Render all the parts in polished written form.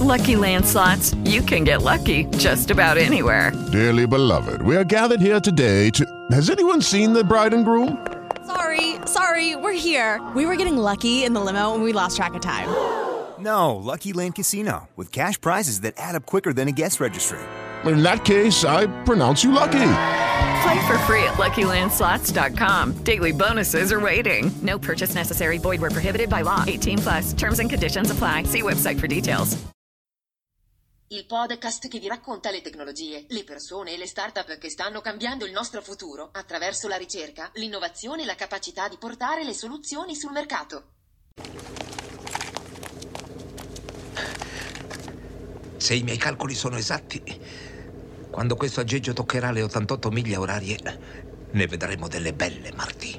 Lucky Land Slots, you can get lucky just about anywhere. Dearly beloved, we are gathered here today to... Has anyone seen the bride and groom? Sorry, we're here. We were getting lucky in the limo and we lost track of time. No, Lucky Land Casino, with cash prizes that add up quicker than a guest registry. In that case, I pronounce you lucky. Play for free at LuckyLandSlots.com. Daily bonuses are waiting. No purchase necessary. Void where prohibited by law. 18+. Terms and conditions apply. See website for details. Il podcast che vi racconta le tecnologie, le persone e le start-up che stanno cambiando il nostro futuro attraverso la ricerca, l'innovazione e la capacità di portare le soluzioni sul mercato. Se i miei calcoli sono esatti, quando questo aggeggio toccherà le 88 miglia orarie, ne vedremo delle belle, Marty.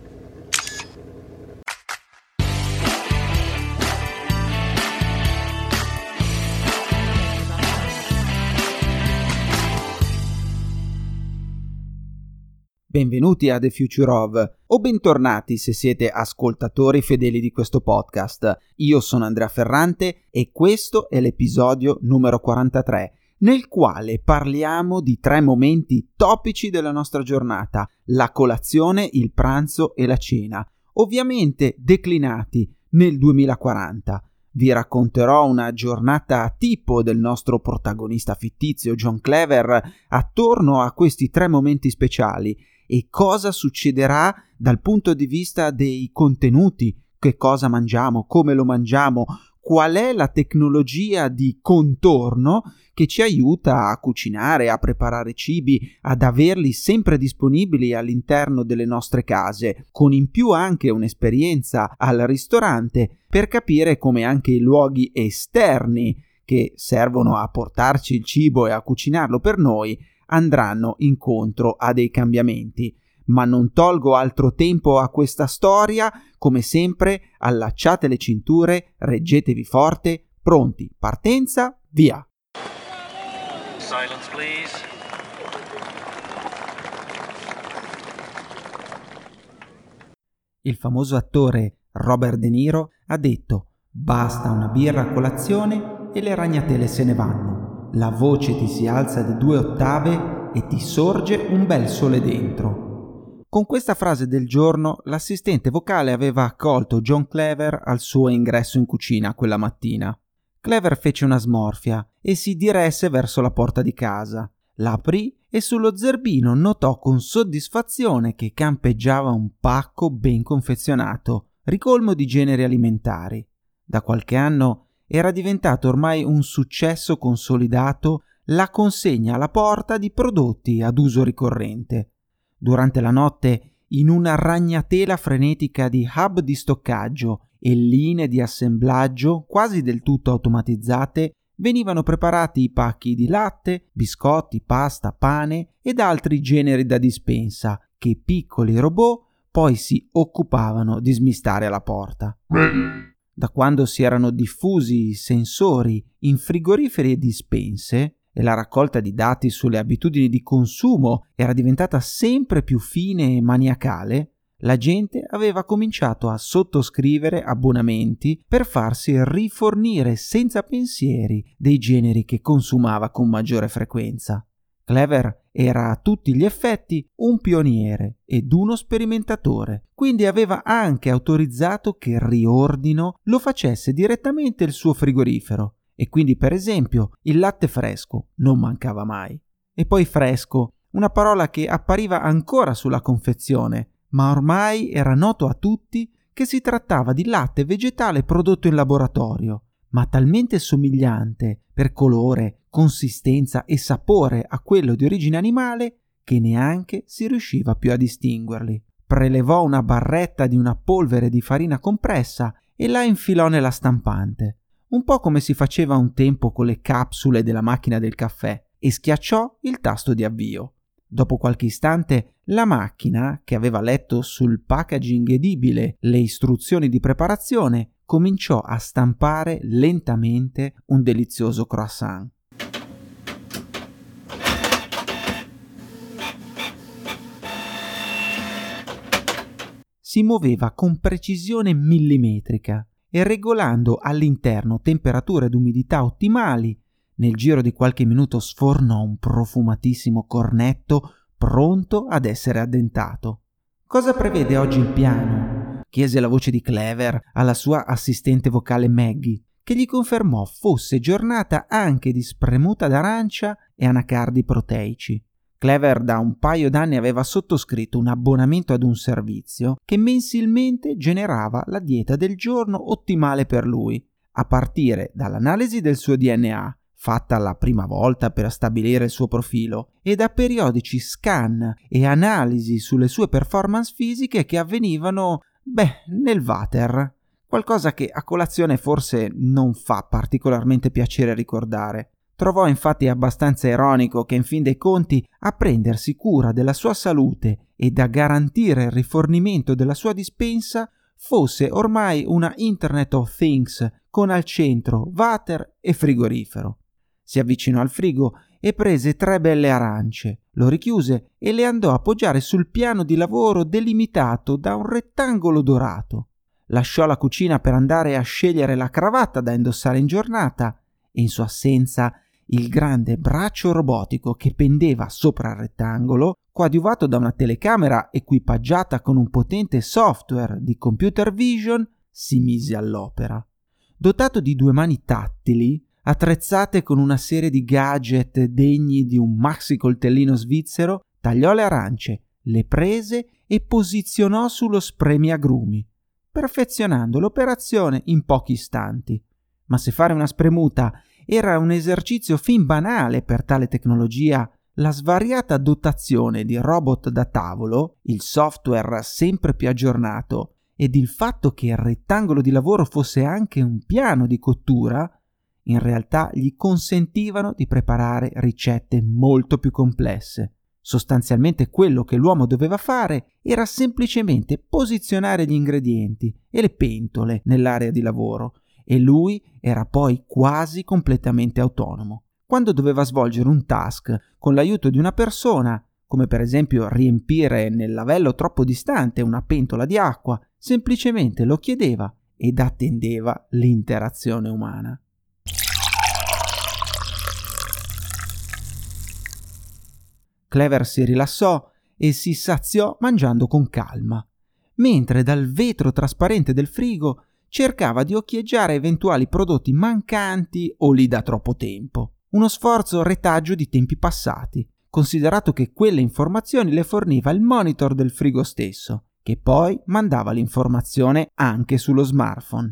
Benvenuti a The Future of, o bentornati se siete ascoltatori fedeli di questo podcast. Io sono Andrea Ferrante e questo è l'episodio numero 43, nel quale parliamo di 3 momenti topici della nostra giornata: la colazione, il pranzo e la cena, ovviamente declinati nel 2040. Vi racconterò una giornata tipo del nostro protagonista fittizio John Clever attorno a questi 3 momenti speciali e cosa succederà dal punto di vista dei contenuti, che cosa mangiamo, come lo mangiamo, qual è la tecnologia di contorno che ci aiuta a cucinare, a preparare cibi, ad averli sempre disponibili all'interno delle nostre case, con in più anche un'esperienza al ristorante per capire come anche i luoghi esterni che servono a portarci il cibo e a cucinarlo per noi andranno incontro a dei cambiamenti. Ma non tolgo altro tempo a questa storia, come sempre allacciate le cinture, reggetevi forte, pronti, partenza, via! Silence, please. Il famoso attore Robert De Niro ha detto: basta una birra a colazione e le ragnatele se ne vanno. La voce ti si alza di 2 ottave e ti sorge un bel sole dentro. Con questa frase del giorno, l'assistente vocale aveva accolto John Clever al suo ingresso in cucina quella mattina. Clever fece una smorfia e si diresse verso la porta di casa. La aprì e sullo zerbino notò con soddisfazione che campeggiava un pacco ben confezionato, ricolmo di generi alimentari. Da qualche anno era diventato ormai un successo consolidato la consegna alla porta di prodotti ad uso ricorrente. Durante la notte, in una ragnatela frenetica di hub di stoccaggio e linee di assemblaggio quasi del tutto automatizzate, venivano preparati i pacchi di latte, biscotti, pasta, pane ed altri generi da dispensa che piccoli robot poi si occupavano di smistare alla porta. Da quando si erano diffusi i sensori in frigoriferi e dispense e la raccolta di dati sulle abitudini di consumo era diventata sempre più fine e maniacale, la gente aveva cominciato a sottoscrivere abbonamenti per farsi rifornire senza pensieri dei generi che consumava con maggiore frequenza. Clever era a tutti gli effetti un pioniere ed uno sperimentatore, quindi aveva anche autorizzato che il riordino lo facesse direttamente il suo frigorifero e quindi, per esempio, il latte fresco non mancava mai. E poi fresco, una parola che appariva ancora sulla confezione, ma ormai era noto a tutti che si trattava di latte vegetale prodotto in laboratorio, ma talmente somigliante per colore, consistenza e sapore a quello di origine animale che neanche si riusciva più a distinguerli. Prelevò una barretta di una polvere di farina compressa e la infilò nella stampante, un po' come si faceva un tempo con le capsule della macchina del caffè, e schiacciò il tasto di avvio. Dopo qualche istante la macchina, che aveva letto sul packaging edibile le istruzioni di preparazione, cominciò a stampare lentamente un delizioso croissant. Si muoveva con precisione millimetrica e regolando all'interno temperature ed umidità ottimali, nel giro di qualche minuto sfornò un profumatissimo cornetto pronto ad essere addentato. «Cosa prevede oggi il piano?» chiese la voce di Clever alla sua assistente vocale Maggie, che gli confermò fosse giornata anche di spremuta d'arancia e anacardi proteici. Clever da un paio d'anni aveva sottoscritto un abbonamento ad un servizio che mensilmente generava la dieta del giorno ottimale per lui, a partire dall'analisi del suo DNA, fatta la prima volta per stabilire il suo profilo, e da periodici scan e analisi sulle sue performance fisiche che avvenivano, nel water, qualcosa che a colazione forse non fa particolarmente piacere ricordare. Trovò infatti abbastanza ironico che in fin dei conti a prendersi cura della sua salute e da garantire il rifornimento della sua dispensa fosse ormai una Internet of Things con al centro water e frigorifero. Si avvicinò al frigo e prese 3 belle arance, lo richiuse e le andò a appoggiare sul piano di lavoro delimitato da un rettangolo dorato. Lasciò la cucina per andare a scegliere la cravatta da indossare in giornata e in sua assenza il grande braccio robotico che pendeva sopra il rettangolo, coadiuvato da una telecamera equipaggiata con un potente software di computer vision, si mise all'opera. Dotato di 2 mani tattili, attrezzate con una serie di gadget degni di un maxi coltellino svizzero, tagliò le arance, le prese e posizionò sullo spremiagrumi, perfezionando l'operazione in pochi istanti. Ma se fare una spremuta era un esercizio fin banale per tale tecnologia, la svariata dotazione di robot da tavolo, il software sempre più aggiornato ed il fatto che il rettangolo di lavoro fosse anche un piano di cottura, in realtà gli consentivano di preparare ricette molto più complesse. Sostanzialmente quello che l'uomo doveva fare era semplicemente posizionare gli ingredienti e le pentole nell'area di lavoro, e lui era poi quasi completamente autonomo. Quando doveva svolgere un task con l'aiuto di una persona, come per esempio riempire nel lavello troppo distante una pentola di acqua, semplicemente lo chiedeva ed attendeva l'interazione umana. Clever si rilassò e si saziò mangiando con calma, mentre dal vetro trasparente del frigo cercava di occhieggiare eventuali prodotti mancanti o lì da troppo tempo. Uno sforzo retaggio di tempi passati, considerato che quelle informazioni le forniva il monitor del frigo stesso, che poi mandava l'informazione anche sullo smartphone.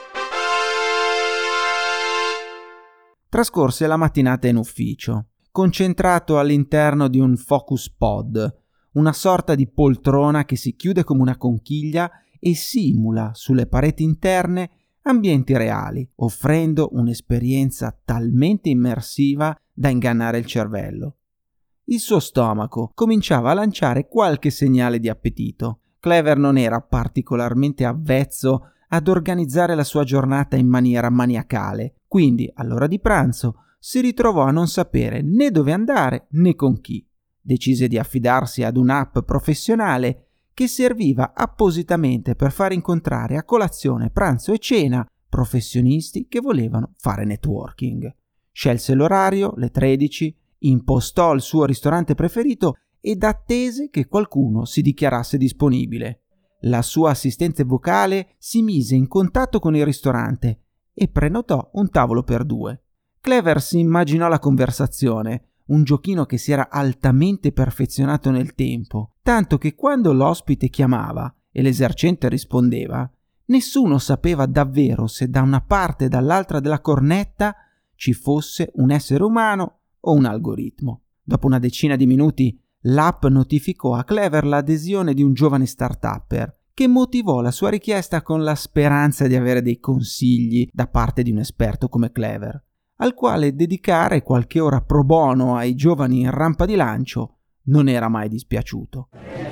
Trascorse la mattinata in ufficio, concentrato all'interno di un focus pod, una sorta di poltrona che si chiude come una conchiglia e simula sulle pareti interne ambienti reali, offrendo un'esperienza talmente immersiva da ingannare il cervello. Il suo stomaco cominciava a lanciare qualche segnale di appetito. Clever non era particolarmente avvezzo ad organizzare la sua giornata in maniera maniacale, quindi all'ora di pranzo si ritrovò a non sapere né dove andare né con chi. Decise di affidarsi ad un'app professionale che serviva appositamente per far incontrare a colazione, pranzo e cena professionisti che volevano fare networking. Scelse l'orario, le 13, impostò il suo ristorante preferito ed attese che qualcuno si dichiarasse disponibile. La sua assistente vocale si mise in contatto con il ristorante e prenotò un tavolo per 2. Clever si immaginò la conversazione, un giochino che si era altamente perfezionato nel tempo, tanto che quando l'ospite chiamava e l'esercente rispondeva, nessuno sapeva davvero se da una parte e dall'altra della cornetta ci fosse un essere umano o un algoritmo. Dopo una decina di minuti, l'app notificò a Clever l'adesione di un giovane start-upper, che motivò la sua richiesta con la speranza di avere dei consigli da parte di un esperto come Clever, al quale dedicare qualche ora pro bono ai giovani in rampa di lancio non era mai dispiaciuto.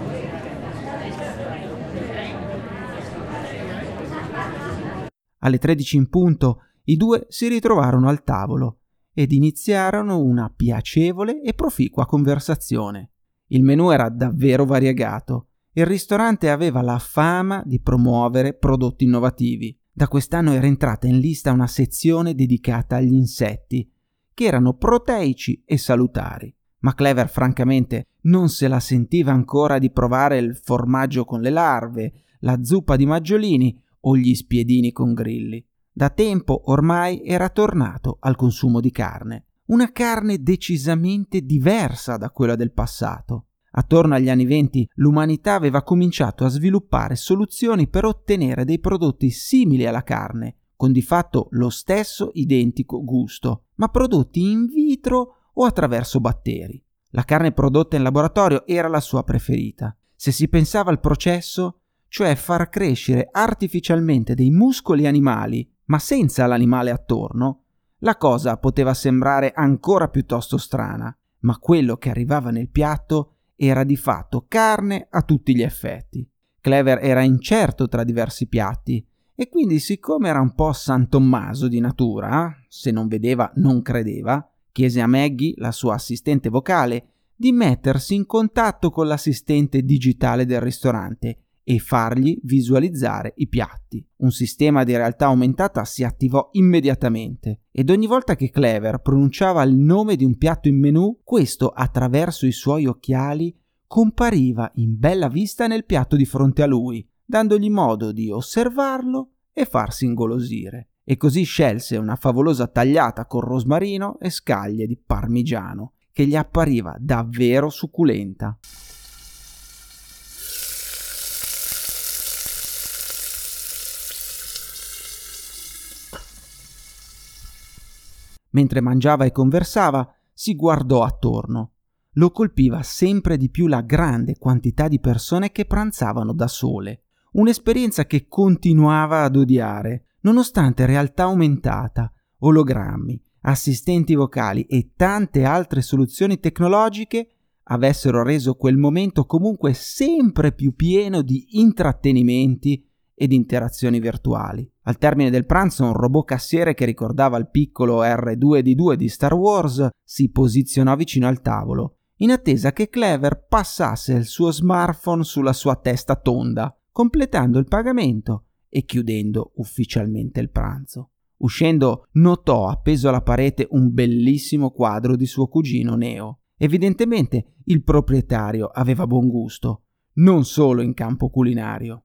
Alle 13 in punto i due si ritrovarono al tavolo ed iniziarono una piacevole e proficua conversazione. Il menù era davvero variegato. Il ristorante aveva la fama di promuovere prodotti innovativi, Da quest'anno era entrata in lista una sezione dedicata agli insetti, che erano proteici e salutari. Ma Clever francamente non se la sentiva ancora di provare il formaggio con le larve, la zuppa di maggiolini o gli spiedini con grilli. Da tempo ormai era tornato al consumo di carne, una carne decisamente diversa da quella del passato. Attorno agli anni '20 l'umanità aveva cominciato a sviluppare soluzioni per ottenere dei prodotti simili alla carne, con di fatto lo stesso identico gusto, ma prodotti in vitro o attraverso batteri. La carne prodotta in laboratorio era la sua preferita. Se si pensava al processo, cioè far crescere artificialmente dei muscoli animali, ma senza l'animale attorno, la cosa poteva sembrare ancora piuttosto strana, ma quello che arrivava nel piatto era di fatto carne a tutti gli effetti. Clever era incerto tra diversi piatti e quindi, siccome era un po' San Tommaso di natura, se non vedeva non credeva, chiese a Maggie, la sua assistente vocale, di mettersi in contatto con l'assistente digitale del ristorante e fargli visualizzare i piatti. Un sistema di realtà aumentata si attivò immediatamente ed ogni volta che Clever pronunciava il nome di un piatto in menù, questo attraverso i suoi occhiali compariva in bella vista nel piatto di fronte a lui, dandogli modo di osservarlo e farsi ingolosire. E così scelse una favolosa tagliata con rosmarino e scaglie di parmigiano, che gli appariva davvero succulenta. Mentre mangiava e conversava, si guardò attorno. Lo colpiva sempre di più la grande quantità di persone che pranzavano da sole, un'esperienza che continuava ad odiare, nonostante realtà aumentata, ologrammi, assistenti vocali e tante altre soluzioni tecnologiche avessero reso quel momento comunque sempre più pieno di intrattenimenti ed interazioni virtuali. Al termine del pranzo un robot cassiere che ricordava il piccolo R2D2 di Star Wars si posizionò vicino al tavolo, in attesa che Clever passasse il suo smartphone sulla sua testa tonda, completando il pagamento e chiudendo ufficialmente il pranzo. Uscendo notò appeso alla parete un bellissimo quadro di suo cugino Neo. Evidentemente il proprietario aveva buon gusto, non solo in campo culinario.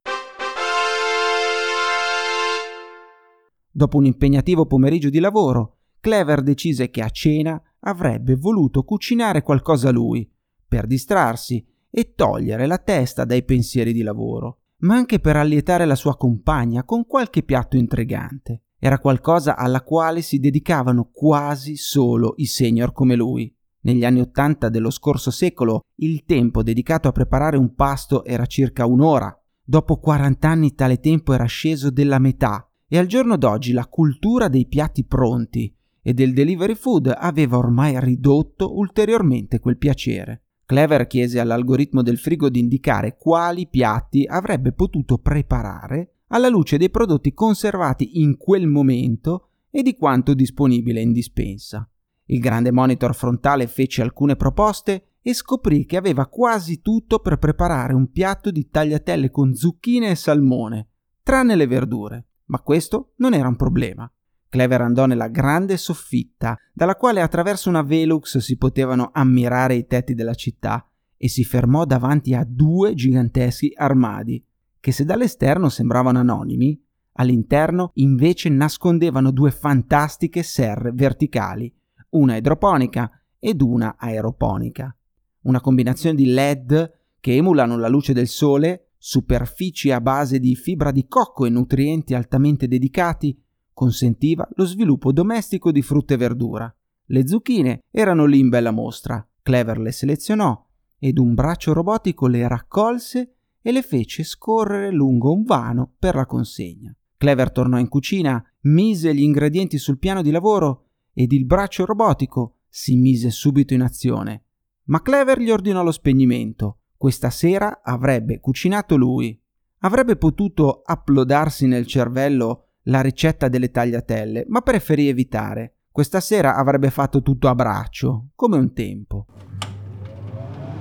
Dopo un impegnativo pomeriggio di lavoro, Clever decise che a cena avrebbe voluto cucinare qualcosa lui, per distrarsi e togliere la testa dai pensieri di lavoro, ma anche per allietare la sua compagna con qualche piatto intrigante. Era qualcosa alla quale si dedicavano quasi solo i senior come lui. Negli anni '80 dello scorso secolo il tempo dedicato a preparare un pasto era circa un'ora. Dopo 40 anni tale tempo era sceso della metà e al giorno d'oggi la cultura dei piatti pronti e del delivery food aveva ormai ridotto ulteriormente quel piacere. Clever chiese all'algoritmo del frigo di indicare quali piatti avrebbe potuto preparare alla luce dei prodotti conservati in quel momento e di quanto disponibile in dispensa. Il grande monitor frontale fece alcune proposte e scoprì che aveva quasi tutto per preparare un piatto di tagliatelle con zucchine e salmone, tranne le verdure. Ma questo non era un problema. Clever andò nella grande soffitta, dalla quale attraverso una Velux si potevano ammirare i tetti della città, e si fermò davanti a 2 giganteschi armadi, che se dall'esterno sembravano anonimi, all'interno invece nascondevano 2 fantastiche serre verticali, una idroponica ed una aeroponica. Una combinazione di LED che emulano la luce del sole, superfici a base di fibra di cocco e nutrienti altamente dedicati, consentiva lo sviluppo domestico di frutta e verdura. Le zucchine erano lì in bella mostra. Clever le selezionò ed un braccio robotico le raccolse e le fece scorrere lungo un vano per la consegna. Clever tornò in cucina, mise gli ingredienti sul piano di lavoro ed il braccio robotico si mise subito in azione. Ma Clever gli ordinò lo spegnimento. Questa sera avrebbe cucinato lui. Avrebbe potuto uploadarsi nel cervello la ricetta delle tagliatelle, ma preferì evitare. Questa sera avrebbe fatto tutto a braccio, come un tempo.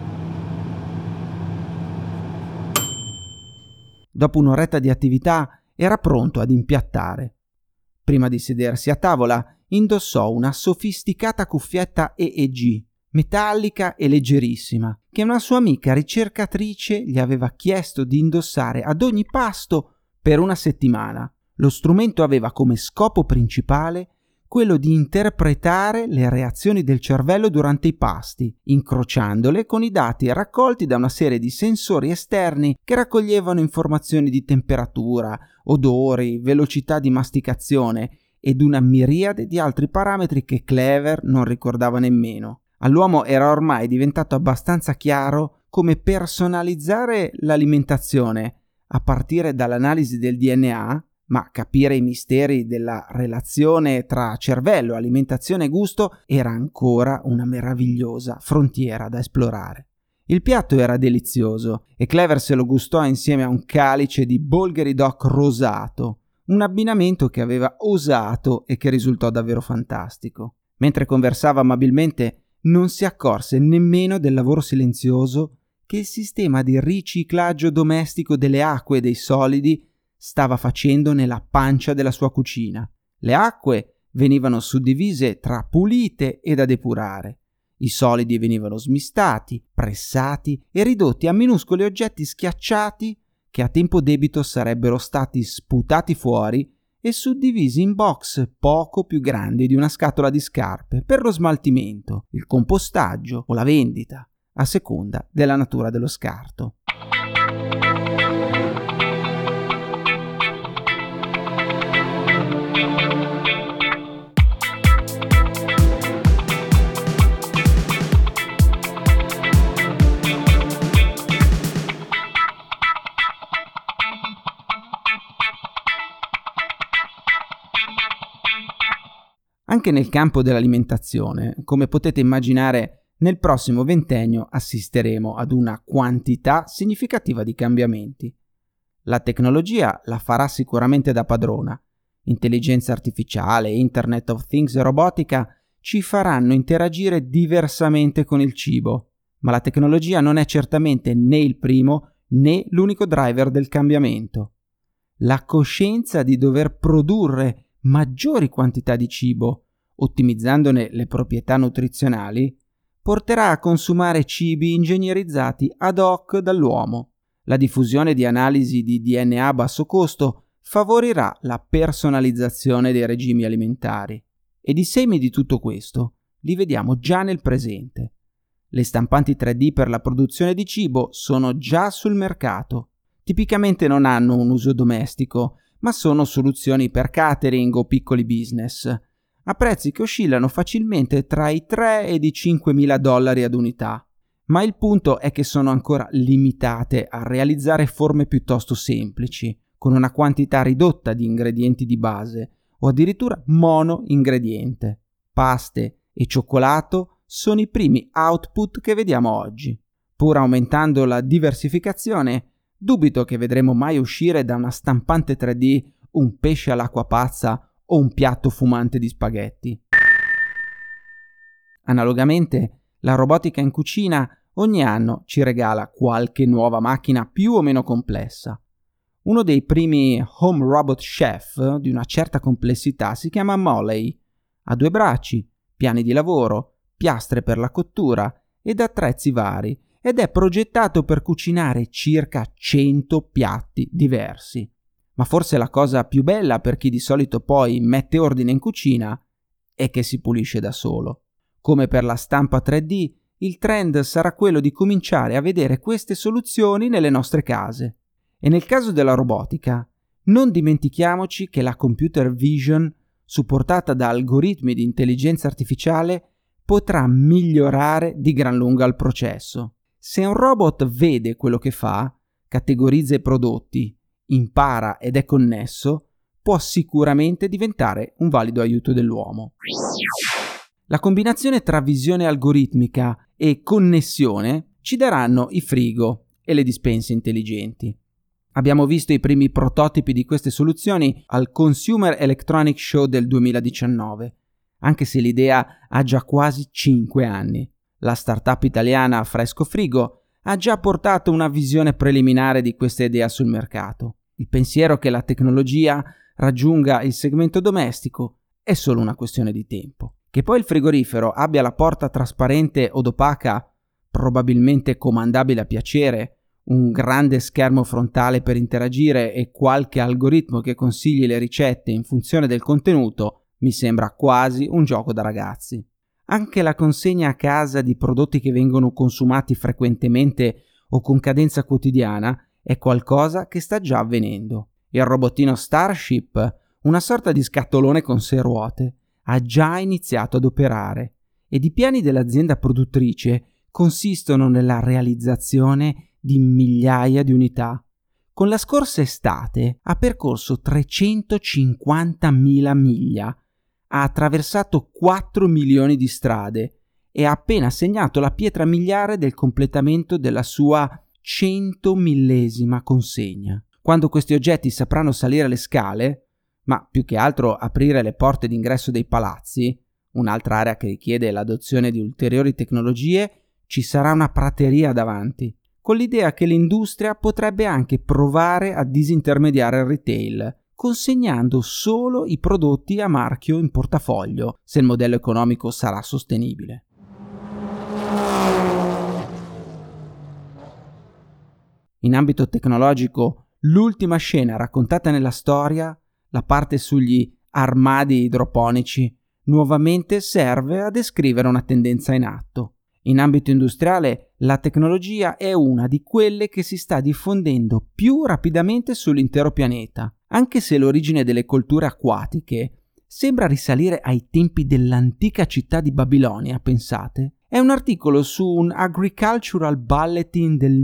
Dopo un'oretta di attività era pronto ad impiattare. Prima di sedersi a tavola, indossò una sofisticata cuffietta EEG, metallica e leggerissima, che una sua amica ricercatrice gli aveva chiesto di indossare ad ogni pasto per una settimana. Lo strumento aveva come scopo principale quello di interpretare le reazioni del cervello durante i pasti, incrociandole con i dati raccolti da una serie di sensori esterni che raccoglievano informazioni di temperatura, odori, velocità di masticazione ed una miriade di altri parametri che Clever non ricordava nemmeno. All'uomo era ormai diventato abbastanza chiaro come personalizzare l'alimentazione a partire dall'analisi del DNA, ma capire i misteri della relazione tra cervello, alimentazione e gusto era ancora una meravigliosa frontiera da esplorare. Il piatto era delizioso e Clever se lo gustò insieme a un calice di Bolgheri-Doc rosato, un abbinamento che aveva osato e che risultò davvero fantastico. Mentre conversava amabilmente, non si accorse nemmeno del lavoro silenzioso che il sistema di riciclaggio domestico delle acque e dei solidi stava facendo nella pancia della sua cucina. Le acque venivano suddivise tra pulite e da depurare. I solidi venivano smistati, pressati e ridotti a minuscoli oggetti schiacciati che a tempo debito sarebbero stati sputati fuori e suddivisi in box poco più grandi di una scatola di scarpe per lo smaltimento, il compostaggio o la vendita, a seconda della natura dello scarto. Anche nel campo dell'alimentazione, come potete immaginare, nel prossimo ventennio assisteremo ad una quantità significativa di cambiamenti. La tecnologia la farà sicuramente da padrona. Intelligenza artificiale, Internet of Things e robotica ci faranno interagire diversamente con il cibo, ma la tecnologia non è certamente né il primo né l'unico driver del cambiamento. La coscienza di dover produrre maggiori quantità di cibo, ottimizzandone le proprietà nutrizionali, porterà a consumare cibi ingegnerizzati ad hoc dall'uomo. La diffusione di analisi di DNA a basso costo favorirà la personalizzazione dei regimi alimentari. Ed i semi di tutto questo li vediamo già nel presente. Le stampanti 3D per la produzione di cibo sono già sul mercato. Tipicamente non hanno un uso domestico, ma sono soluzioni per catering o piccoli business, a prezzi che oscillano facilmente tra i 3 ed i $5.000 ad unità. Ma il punto è che sono ancora limitate a realizzare forme piuttosto semplici, con una quantità ridotta di ingredienti di base, o addirittura mono-ingrediente. Paste e cioccolato sono i primi output che vediamo oggi. Pur aumentando la diversificazione, dubito che vedremo mai uscire da una stampante 3D un pesce all'acqua pazza o un piatto fumante di spaghetti. Analogamente, la robotica in cucina ogni anno ci regala qualche nuova macchina più o meno complessa. Uno dei primi home robot chef di una certa complessità si chiama Moley. Ha 2 bracci, piani di lavoro, piastre per la cottura ed attrezzi vari, ed è progettato per cucinare circa 100 piatti diversi. Ma forse la cosa più bella per chi di solito poi mette ordine in cucina è che si pulisce da solo. Come per la stampa 3D, il trend sarà quello di cominciare a vedere queste soluzioni nelle nostre case. E nel caso della robotica, non dimentichiamoci che la computer vision, supportata da algoritmi di intelligenza artificiale, potrà migliorare di gran lunga il processo. Se un robot vede quello che fa, categorizza i prodotti, impara ed è connesso, può sicuramente diventare un valido aiuto dell'uomo. La combinazione tra visione algoritmica e connessione ci daranno i frigo e le dispense intelligenti. Abbiamo visto i primi prototipi di queste soluzioni al Consumer Electronics Show del 2019, anche se l'idea ha già quasi 5 anni. La startup italiana Fresco Frigo ha già portato una visione preliminare di questa idea sul mercato. Il pensiero che la tecnologia raggiunga il segmento domestico è solo una questione di tempo. Che poi il frigorifero abbia la porta trasparente od opaca, probabilmente comandabile a piacere, un grande schermo frontale per interagire e qualche algoritmo che consigli le ricette in funzione del contenuto, mi sembra quasi un gioco da ragazzi. Anche la consegna a casa di prodotti che vengono consumati frequentemente o con cadenza quotidiana è qualcosa che sta già avvenendo. Il robottino Starship, una sorta di scatolone con 6 ruote, ha già iniziato ad operare ed i piani dell'azienda produttrice consistono nella realizzazione di migliaia di unità. Con la scorsa estate ha percorso 350.000 miglia, ha attraversato 4 milioni di strade e ha appena segnato la pietra miliare del completamento della sua 100.000ª consegna. Quando questi oggetti sapranno salire le scale, ma più che altro aprire le porte d'ingresso dei palazzi, un'altra area che richiede l'adozione di ulteriori tecnologie, ci sarà una prateria davanti, con l'idea che l'industria potrebbe anche provare a disintermediare il retail, consegnando solo i prodotti a marchio in portafoglio, se il modello economico sarà sostenibile. In ambito tecnologico, l'ultima scena raccontata nella storia, la parte sugli armadi idroponici, nuovamente serve a descrivere una tendenza in atto. In ambito industriale, la tecnologia è una di quelle che si sta diffondendo più rapidamente sull'intero pianeta, anche se l'origine delle colture acquatiche sembra risalire ai tempi dell'antica città di Babilonia, pensate? È un articolo su un Agricultural Bulletin del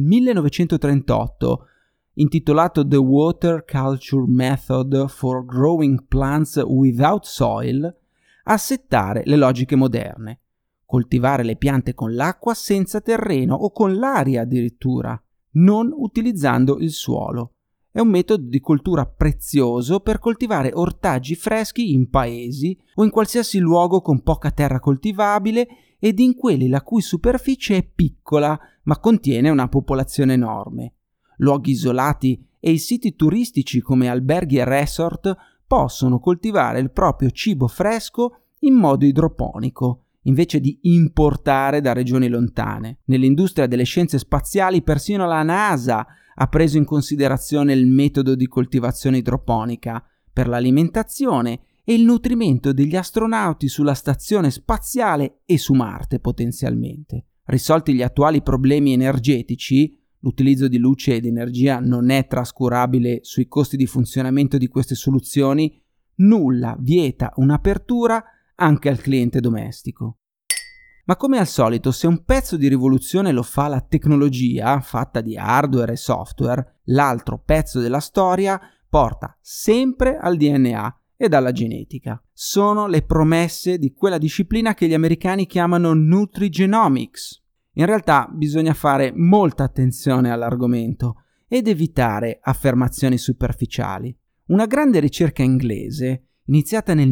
1938 intitolato The Water Culture Method for Growing Plants Without Soil a settare le logiche moderne. Coltivare le piante con l'acqua senza terreno o con l'aria addirittura, non utilizzando il suolo. È un metodo di coltura prezioso per coltivare ortaggi freschi in paesi o in qualsiasi luogo con poca terra coltivabile ed in quelli la cui superficie è piccola ma contiene una popolazione enorme. Luoghi isolati e i siti turistici come alberghi e resort possono coltivare il proprio cibo fresco in modo idroponico, invece di importare da regioni lontane. Nell'industria delle scienze spaziali persino la NASA ha preso in considerazione il metodo di coltivazione idroponica per l'alimentazione e il nutrimento degli astronauti sulla stazione spaziale e su Marte potenzialmente. Risolti gli attuali problemi energetici, l'utilizzo di luce ed energia non è trascurabile sui costi di funzionamento di queste soluzioni, nulla vieta un'apertura anche al cliente domestico. Ma come al solito, se un pezzo di rivoluzione lo fa la tecnologia, fatta di hardware e software, l'altro pezzo della storia porta sempre al DNA e alla genetica. Sono le promesse di quella disciplina che gli americani chiamano nutrigenomics. In realtà bisogna fare molta attenzione all'argomento ed evitare affermazioni superficiali. Una grande ricerca inglese, iniziata nel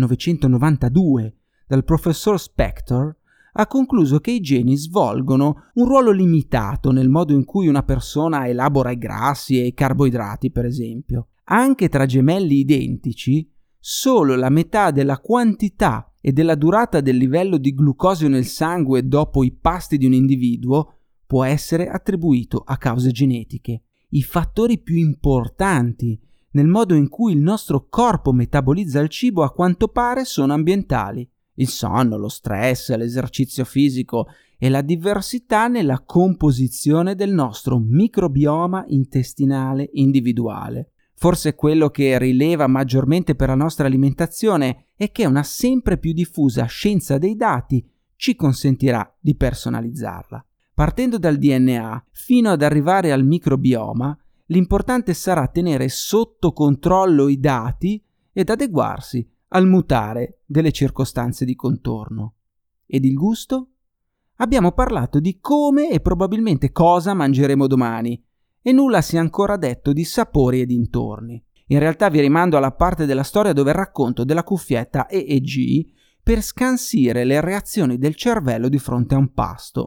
1992 dal professor Spector, ha concluso che i geni svolgono un ruolo limitato nel modo in cui una persona elabora i grassi e i carboidrati, per esempio. Anche tra gemelli identici, solo la metà della quantità e della durata del livello di glucosio nel sangue dopo i pasti di un individuo può essere attribuito a cause genetiche. I fattori più importanti nel modo in cui il nostro corpo metabolizza il cibo a quanto pare sono ambientali. Il sonno, lo stress, l'esercizio fisico e la diversità nella composizione del nostro microbioma intestinale individuale. Forse quello che rileva maggiormente per la nostra alimentazione è che una sempre più diffusa scienza dei dati ci consentirà di personalizzarla. Partendo dal DNA fino ad arrivare al microbioma, l'importante sarà tenere sotto controllo i dati ed adeguarsi al mutare delle circostanze di contorno. Ed il gusto? Abbiamo parlato di come e probabilmente cosa mangeremo domani, e nulla si è ancora detto di sapori e dintorni. In realtà vi rimando alla parte della storia dove racconto della cuffietta EEG per scansire le reazioni del cervello di fronte a un pasto.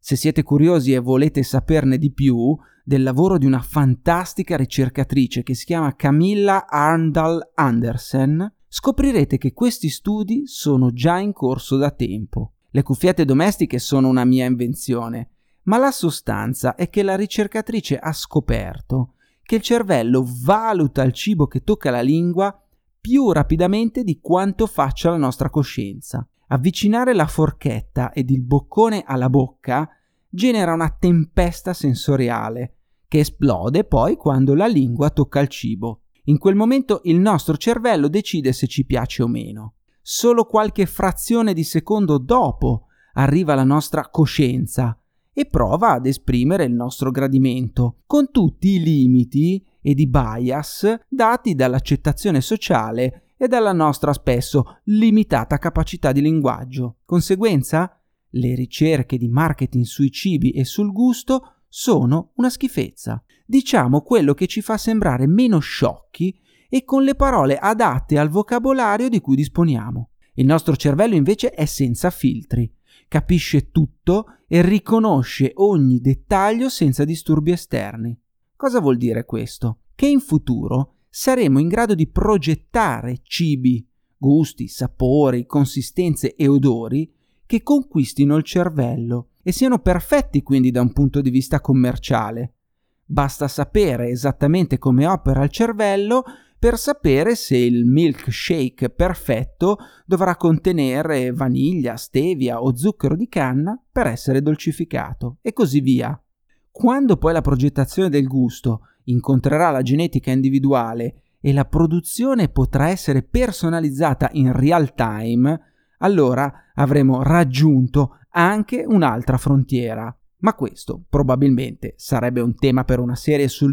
Se siete curiosi e volete saperne di più del lavoro di una fantastica ricercatrice che si chiama Camilla Arndal Andersen, scoprirete che questi studi sono già in corso da tempo. Le cuffiette domestiche sono una mia invenzione, ma la sostanza è che la ricercatrice ha scoperto che il cervello valuta il cibo che tocca la lingua più rapidamente di quanto faccia la nostra coscienza. Avvicinare la forchetta ed il boccone alla bocca genera una tempesta sensoriale che esplode poi quando la lingua tocca il cibo. In quel momento il nostro cervello decide se ci piace o meno. Solo qualche frazione di secondo dopo arriva la nostra coscienza e prova ad esprimere il nostro gradimento, con tutti i limiti ed i bias dati dall'accettazione sociale e dalla nostra spesso limitata capacità di linguaggio. Conseguenza? Le ricerche di marketing sui cibi e sul gusto sono una schifezza. Diciamo quello che ci fa sembrare meno sciocchi e con le parole adatte al vocabolario di cui disponiamo. Il nostro cervello invece è senza filtri, capisce tutto e riconosce ogni dettaglio senza disturbi esterni. Cosa vuol dire questo? Che in futuro saremo in grado di progettare cibi, gusti, sapori, consistenze e odori che conquistino il cervello e siano perfetti quindi da un punto di vista commerciale. Basta sapere esattamente come opera il cervello per sapere se il milkshake perfetto dovrà contenere vaniglia, stevia o zucchero di canna per essere dolcificato, e così via. Quando poi la progettazione del gusto incontrerà la genetica individuale e la produzione potrà essere personalizzata in real time, allora avremo raggiunto anche un'altra frontiera. Ma questo probabilmente sarebbe un tema per una serie sul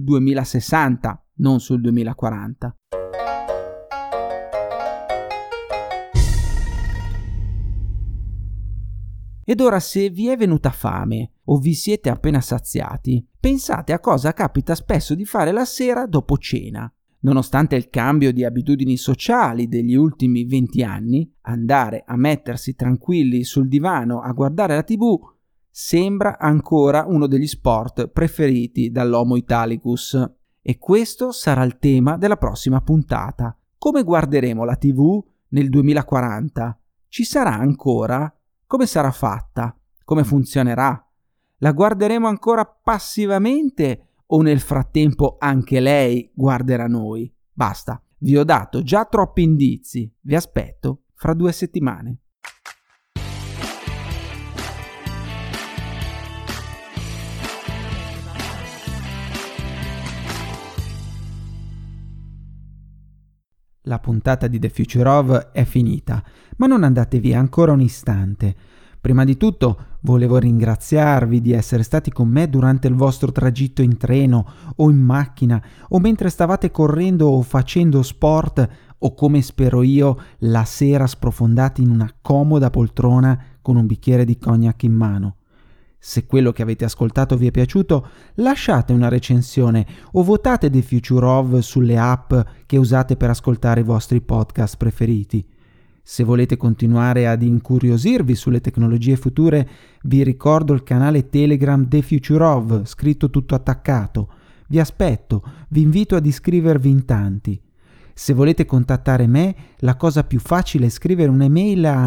2060, non sul 2040. Ed ora, se vi è venuta fame o vi siete appena saziati, pensate a cosa capita spesso di fare la sera dopo cena. Nonostante il cambio di abitudini sociali degli ultimi 20 anni, andare a mettersi tranquilli sul divano a guardare la TV sembra ancora uno degli sport preferiti dall'Homo Italicus. E questo sarà il tema della prossima puntata. Come guarderemo la TV nel 2040? Ci sarà ancora? Come sarà fatta? Come funzionerà? La guarderemo ancora passivamente o nel frattempo anche lei guarderà noi? Basta, vi ho dato già troppi indizi. Vi aspetto fra 2 settimane. La puntata di The Future of è finita, ma non andate via ancora un istante. Prima di tutto volevo ringraziarvi di essere stati con me durante il vostro tragitto in treno o in macchina o mentre stavate correndo o facendo sport o, come spero io, la sera sprofondati in una comoda poltrona con un bicchiere di cognac in mano. Se quello che avete ascoltato vi è piaciuto, lasciate una recensione o votate The Future of sulle app che usate per ascoltare i vostri podcast preferiti. Se volete continuare ad incuriosirvi sulle tecnologie future, vi ricordo il canale Telegram The Future of, scritto tutto attaccato. Vi aspetto, vi invito ad iscrivervi in tanti. Se volete contattare me, la cosa più facile è scrivere un'email a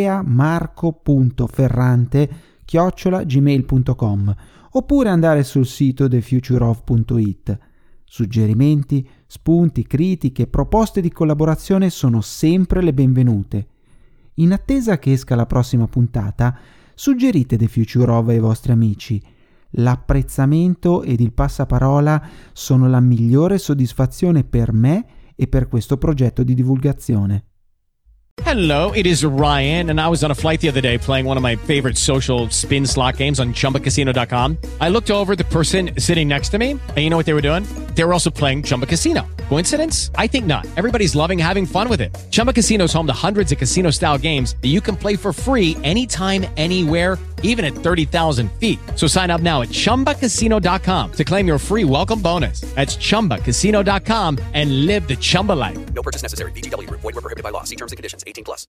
andreamarco.ferrante@gmail.com oppure andare sul sito thefutureof.it. Suggerimenti, spunti, critiche, proposte di collaborazione sono sempre le benvenute. In attesa che esca la prossima puntata, suggerite The Future of ai vostri amici. L'apprezzamento ed il passaparola sono la migliore soddisfazione per me e per questo progetto di divulgazione. Hello, it is Ryan, and I was on a flight the other day playing one of my favorite social spin slot games on ChumbaCasino.com. I looked over at the person sitting next to me, and you know what they were doing? They were also playing Chumba Casino. Coincidence? I think not. Everybody's loving having fun with it. Chumba Casino is home to hundreds of casino-style games that you can play for free anytime, anywhere, even at 30,000 feet. So sign up now at ChumbaCasino.com to claim your free welcome bonus. That's ChumbaCasino.com and live the Chumba life. No purchase necessary. VGW. Void where prohibited by law. See terms and conditions. 18+.